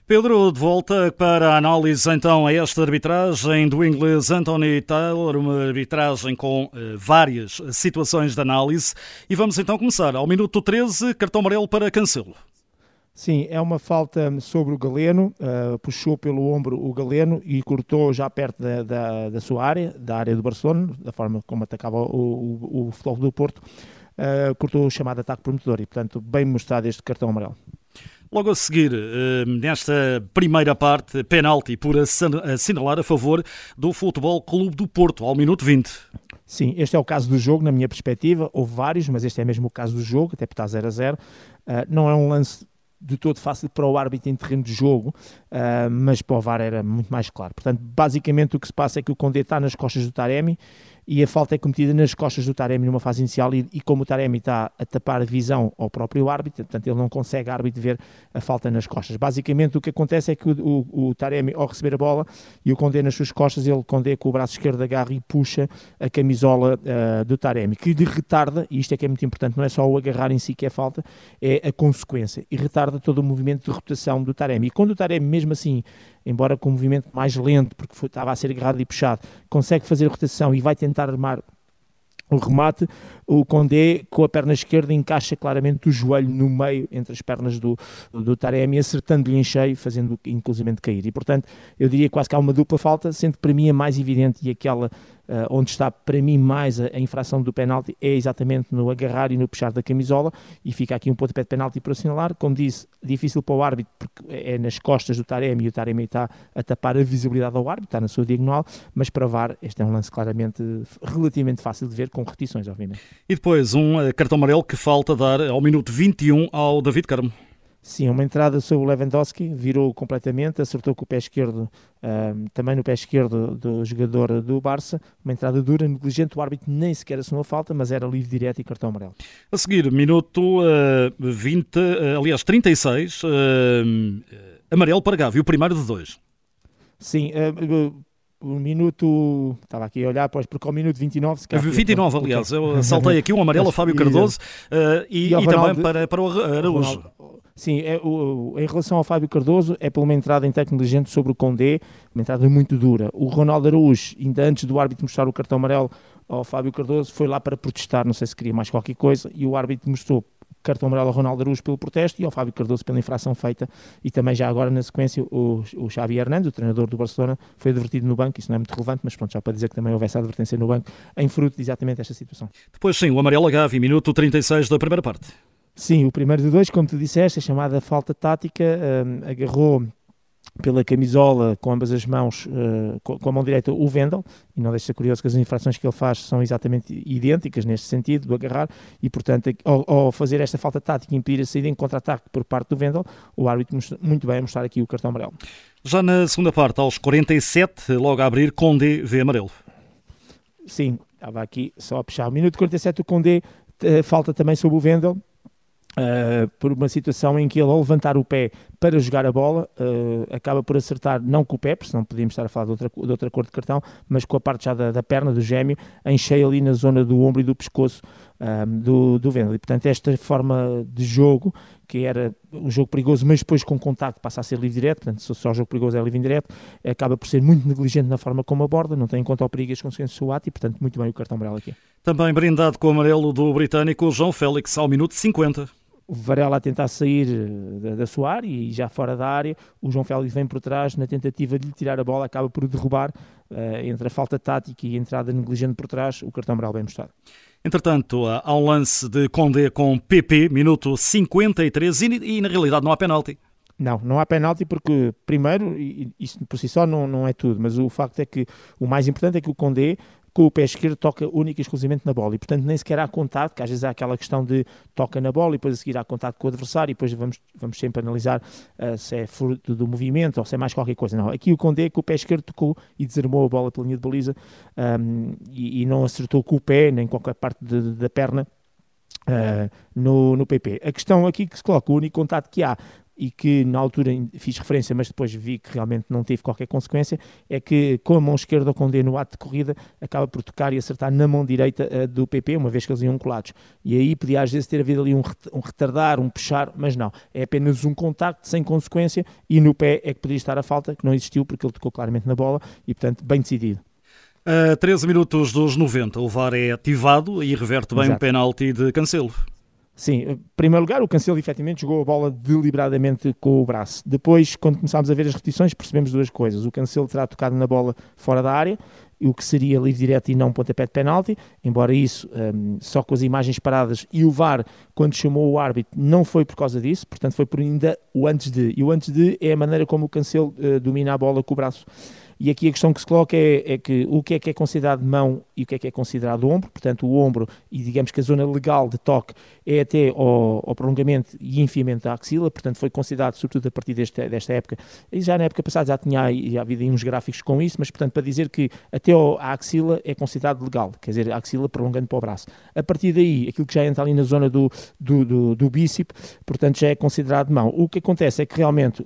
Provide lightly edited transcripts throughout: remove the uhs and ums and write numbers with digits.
Pedro, de volta para a análise então a esta arbitragem do inglês Anthony Taylor, uma arbitragem com várias situações de análise. E vamos então começar. Ao minuto 13, cartão amarelo para Cancelo. Sim, é uma falta sobre o Galeno, puxou pelo ombro o Galeno e cortou já perto da sua área, da área do Barcelona, da forma como atacava o Futebol do Porto, cortou o chamado ataque prometedor e, portanto, bem mostrado este cartão amarelo. Logo a seguir, nesta primeira parte, penalti por assinalar a favor do Futebol Clube do Porto, ao minuto 20. Sim, este é o caso do jogo, na minha perspectiva. Houve vários, mas este é mesmo o caso do jogo, até porque está 0-0. Não é um lance de todo fácil para o árbitro em terreno de jogo, mas para o VAR era muito mais claro. Portanto, basicamente o que se passa é que o Condé está nas costas do Taremi e a falta é cometida nas costas do Taremi numa fase inicial e como o Taremi está a tapar a visão ao próprio árbitro, portanto ele não consegue, árbitro, ver a falta nas costas. Basicamente o que acontece é que o Taremi, ao receber a bola e o Condé nas suas costas, ele, Condé, com o braço esquerdo agarra e puxa a camisola do Taremi, que lhe retarda, e isto é que é muito importante, não é só o agarrar em si que é falta, é a consequência, e retarda todo o movimento de rotação do Taremi. E quando o Taremi, mesmo assim, embora com um movimento mais lento, porque estava a ser agarrado e puxado, consegue fazer a rotação e vai tentar armar o remate, o Condé com a perna esquerda encaixa claramente o joelho no meio entre as pernas do Taremi, acertando-lhe em cheio, fazendo-o inclusivamente cair. E portanto, eu diria quase que há uma dupla falta, sendo que para mim a mais evidente e aquela onde está para mim mais a infração do penalti é exatamente no agarrar e no puxar da camisola, e fica aqui um pontapé de penalti por assinalar. Como disse, difícil para o árbitro porque é nas costas do Taremi e o Taremi está a tapar a visibilidade ao árbitro, está na sua diagonal, mas para VAR este é um lance claramente relativamente fácil de ver, com repetições, obviamente. E depois um cartão amarelo que falta dar ao minuto 21 ao David Carmo. Sim, uma entrada sobre o Lewandowski, virou completamente, acertou com o pé esquerdo, também no pé esquerdo do jogador do Barça, uma entrada dura, negligente, o árbitro nem sequer assinou a falta, mas era livre direto e cartão amarelo. A seguir, minuto 36, amarelo para Gavi, o primeiro de dois. Sim, o minuto, estava aqui a olhar, pois, porque ao minuto 29... 29, aliás, eu saltei aqui um amarelo a Fábio Cardoso e também para o Araújo. Sim, em relação ao Fábio Cardoso, é por uma entrada em técnico inteligente sobre o Condé, uma entrada muito dura. O Ronaldo Araújo, ainda antes do árbitro mostrar o cartão amarelo ao Fábio Cardoso, foi lá para protestar, não sei se queria mais qualquer coisa, e o árbitro mostrou cartão amarelo ao Ronaldo Araújo pelo protesto e ao Fábio Cardoso pela infração feita, e também já agora na sequência o Xavi Hernández, o treinador do Barcelona, foi advertido no banco. Isso não é muito relevante, mas pronto, já para dizer que também houve essa advertência no banco em fruto de exatamente esta situação. Depois sim, o amarelo a Gavi, minuto 36 da primeira parte. Sim, o primeiro de dois, como tu disseste, a chamada falta tática, agarrou pela camisola com ambas as mãos, com a mão direita, o Wendel, e não deixa de ser curioso que as infrações que ele faz são exatamente idênticas neste sentido, do agarrar, e portanto ao fazer esta falta tática e impedir a saída em contra-ataque por parte do Wendel, o árbitro muito bem a mostrar aqui o cartão amarelo. Já na segunda parte, aos 47, logo a abrir, Condé vê amarelo. Sim, estava aqui só a puxar. O minuto 47 o Condé falta também sobre o Wendel, por uma situação em que ele, ao levantar o pé para jogar a bola, acaba por acertar, não com o pé, porque senão podíamos estar a falar de outra cor de cartão, mas com a parte já da perna, do gêmeo, em cheio ali na zona do ombro e do pescoço do Wendel. E portanto esta forma de jogo, que era um jogo perigoso, mas depois com contacto passa a ser livre direto, portanto se só o jogo perigoso é livre indireto, acaba por ser muito negligente na forma como aborda, não tem em conta o perigo e as consequências do seu ato, e portanto muito bem o cartão amarelo aqui. Também brindado com o amarelo do britânico João Félix ao minuto 50. O Varela a tentar sair da sua área e já fora da área, o João Félix vem por trás na tentativa de lhe tirar a bola, acaba por derrubar, entre a falta tática e a entrada negligente por trás, o cartão amarelo bem mostrado. Entretanto, há um lance de Condé com PP, minuto 53, e na realidade não há penalti. Não há penalti porque, primeiro, isso por si só não é tudo, mas o facto é que o mais importante é que o Condé, com o pé esquerdo, toca única e exclusivamente na bola, e portanto nem sequer há contato, que às vezes há aquela questão de toca na bola e depois a seguir há contato com o adversário e depois vamos sempre analisar se é fruto do movimento ou se é mais qualquer coisa. Não, aqui o Condé com o pé esquerdo tocou e desarmou a bola pela linha de baliza, e não acertou com o pé nem qualquer parte da perna no PP. A questão aqui que se coloca, o único contato que há e que na altura fiz referência, mas depois vi que realmente não teve qualquer consequência, é que com a mão esquerda o Condé no ato de corrida acaba por tocar e acertar na mão direita do PP, uma vez que eles iam colados. E aí podia às vezes ter havido ali um retardar, um puxar, mas não. É apenas um contacto sem consequência e no pé é que poderia estar a falta, que não existiu porque ele tocou claramente na bola e, portanto, bem decidido. A 13 minutos dos 90, o VAR é ativado e reverte bem o penalti de Cancelo. Sim, em primeiro lugar, o Cancelo efetivamente jogou a bola deliberadamente com o braço. Depois, quando começámos a ver as repetições, percebemos duas coisas. O Cancelo terá tocado na bola fora da área, o que seria livre direto e não pontapé de penalti, embora isso, só com as imagens paradas, e o VAR, quando chamou o árbitro, não foi por causa disso, portanto foi por ainda o antes de. E o antes de é a maneira como o Cancelo domina a bola com o braço. E aqui a questão que se coloca é que o que é considerado mão e o que é considerado ombro. Portanto, o ombro e digamos que a zona legal de toque é até ao prolongamento e enfiamento da axila, portanto foi considerado, sobretudo a partir desta época, e já na época passada já tinha havido uns gráficos com isso, mas portanto para dizer que até a axila é considerado legal, quer dizer, a axila prolongando para o braço. A partir daí, aquilo que já entra ali na zona do bíceps, portanto já é considerado mão. O que acontece é que realmente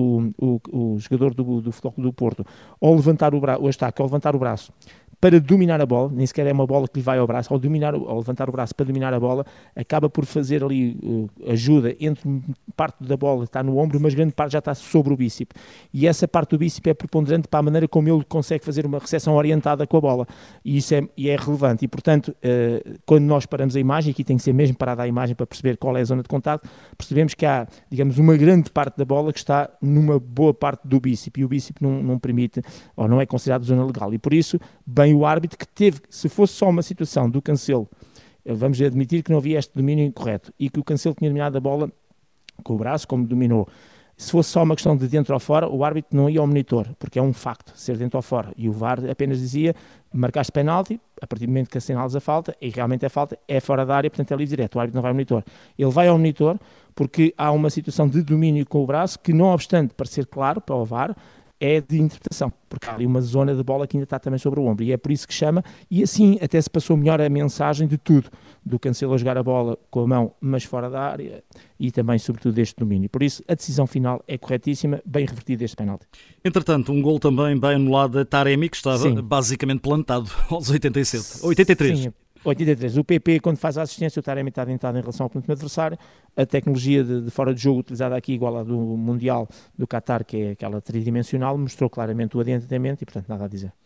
o jogador do Futebol Clube do Porto, ao levantar o braço para dominar a bola, nem sequer é uma bola que lhe vai ao braço, ao levantar o braço para dominar a bola, acaba por fazer ali ajuda entre parte da bola que está no ombro, mas grande parte já está sobre o bíceps. E essa parte do bíceps é preponderante para a maneira como ele consegue fazer uma recepção orientada com a bola. E isso é relevante. E, portanto, quando nós paramos a imagem, aqui tem que ser mesmo parada a imagem para perceber qual é a zona de contato, percebemos que há, digamos, uma grande parte da bola que está numa boa parte do bíceps. E o bíceps não permite, ou não é considerado zona legal. E por isso, bem o árbitro que teve, se fosse só uma situação do Cancelo, vamos admitir que não havia este domínio incorreto e que o Cancelo tinha dominado a bola com o braço, como dominou. Se fosse só uma questão de dentro ou fora, o árbitro não ia ao monitor, porque é um facto, ser dentro ou fora. E o VAR apenas dizia, marcaste penalti, a partir do momento que assinales a falta, e realmente é falta, é fora da área, portanto é livre direto, o árbitro não vai ao monitor. Ele vai ao monitor porque há uma situação de domínio com o braço que, não obstante parecer claro para o VAR, é de interpretação, porque há ali uma zona de bola que ainda está também sobre o ombro, e é por isso que chama, e assim até se passou melhor a mensagem de tudo, do Cancelo a jogar a bola com a mão, mas fora da área, e também sobretudo deste domínio. Por isso, a decisão final é corretíssima, bem revertido este penalti. Entretanto, um gol também bem anulado a Taremi, que estava basicamente plantado aos 83. Sim. 83. O PP, quando faz a assistência, o Taremi está adiantado em relação ao penúltimo adversário. A tecnologia de fora de jogo utilizada aqui, igual à do Mundial do Qatar, que é aquela tridimensional, mostrou claramente o adiantamento e, portanto, nada a dizer.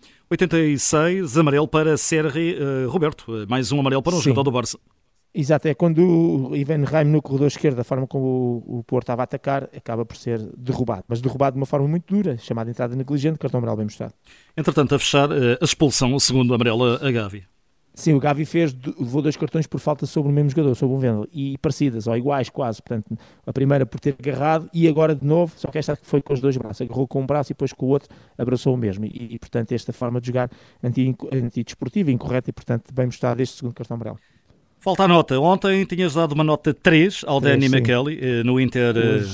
86, amarelo para Sergi Roberto. Mais um amarelo para um jogador do Barça. Exato, é quando o Ivan Reim no corredor esquerdo, a forma como o Porto estava a atacar, acaba por ser derrubado. Mas derrubado de uma forma muito dura, chamada entrada negligente, cartão amarelo bem mostrado. Entretanto, a fechar, a expulsão, o segundo amarelo a Gavi. Sim, o Gavi levou 2 cartões por falta sobre o mesmo jogador, sobre o Vendel, e parecidas, ou iguais quase, portanto, a primeira por ter agarrado e agora de novo, só que esta foi com os 2 braços, agarrou com um braço e depois com o outro abraçou o mesmo, e portanto esta forma de jogar antidesportiva, incorreta e portanto bem mostrada este segundo cartão amarelo. Falta a nota, ontem tinhas dado uma nota 3 ao Danny McKelly no Inter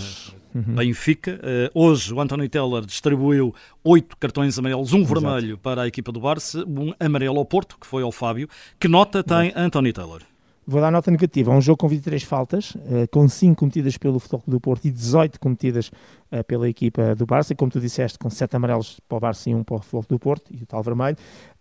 Benfica. Hoje o Anthony Taylor distribuiu 8 cartões amarelos, um vermelho para a equipa do Barça, um amarelo ao Porto, que foi ao Fábio. Que nota tem Anthony Taylor? Vou dar nota negativa. É um jogo com 23 faltas, com 5 cometidas pelo Futebol Clube do Porto e 18 cometidas pela equipa do Barça, como tu disseste, com 7 amarelos para o Barça e 1 para o Futebol Clube do Porto, e o tal vermelho.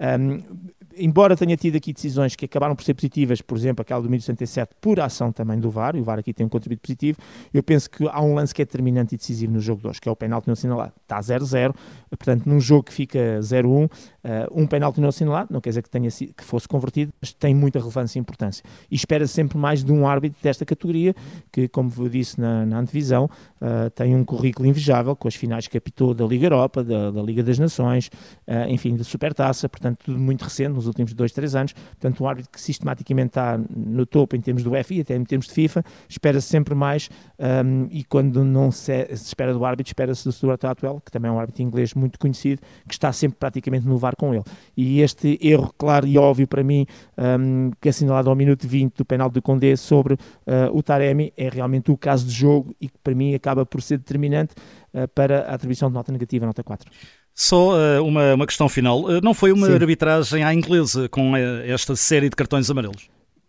Embora tenha tido aqui decisões que acabaram por ser positivas, por exemplo, aquela do 1067, por ação também do VAR, e o VAR aqui tem um contributo positivo, eu penso que há um lance que é determinante e decisivo no jogo de hoje, que é o penalti não assinalado. Está 0-0, portanto, num jogo que fica 0-1, um penalti não assinalado, não quer dizer que fosse convertido, mas tem muita relevância e importância. E espera sempre mais de um árbitro desta categoria, que, como eu disse na antevisão, tem um currículo invejável, com as finais que apitou da Liga Europa, da Liga das Nações, enfim, da Supertaça, portanto, tudo muito recente, nos últimos 2-3 anos, portanto um árbitro que sistematicamente está no topo em termos do UEFA e até em termos de FIFA, espera-se sempre mais, e quando não se espera do árbitro, espera-se do Stuart Atwell, que também é um árbitro inglês muito conhecido, que está sempre praticamente no VAR com ele. E este erro claro e óbvio para mim, que é assinalado ao minuto 20 do penalti do Condé sobre o Taremi, é realmente o caso de jogo e que para mim acaba por ser determinante para a atribuição de nota negativa, nota 4. Só uma questão final. Não foi uma arbitragem à inglesa com esta série de cartões amarelos?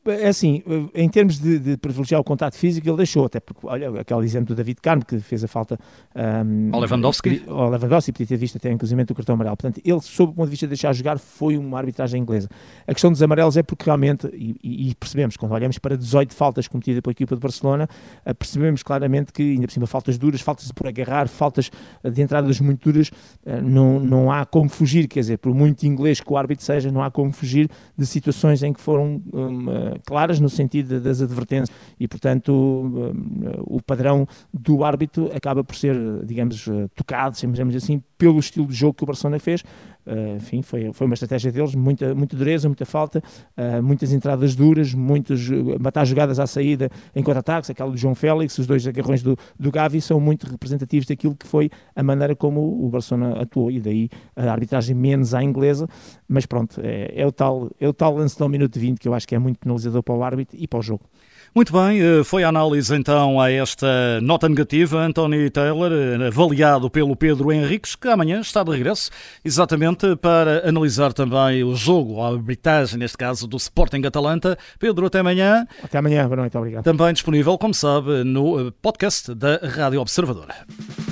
É assim, em termos de privilegiar o contato físico, ele deixou, até porque, olha, aquele exemplo do David Carmo, que fez a falta ao Lewandowski, podia ter visto até inclusive o cartão amarelo. Portanto, ele, sob o ponto de vista de deixar jogar, foi uma arbitragem inglesa. A questão dos amarelos é porque realmente, e percebemos, quando olhamos para 18 faltas cometidas pela equipa de Barcelona, percebemos claramente que, ainda por cima, faltas duras, faltas por agarrar, faltas de entradas muito duras, não há como fugir, quer dizer, por muito inglês que o árbitro seja, não há como fugir de situações em que foram claras no sentido das advertências e, portanto, o padrão do árbitro acaba por ser, digamos, tocado, chamamos assim, pelo estilo de jogo que o Barcelona fez. Enfim, foi uma estratégia deles, muita dureza, muita falta, muitas entradas duras, matar jogadas à saída em contra-ataques, aquela do João Félix, os dois agarrões do Gavi são muito representativos daquilo que foi a maneira como o Barcelona atuou, e daí a arbitragem menos à inglesa, mas pronto, é o tal lance do minuto 20 que eu acho que é muito penalizador para o árbitro e para o jogo. Muito bem, foi a análise então a esta nota negativa. Anthony Taylor, avaliado pelo Pedro Henriques, que amanhã está de regresso, exatamente para analisar também o jogo, a arbitragem, neste caso, do Sporting Atalanta. Pedro, até amanhã. Até amanhã, boa noite, obrigado. Também disponível, como sabe, no podcast da Rádio Observador.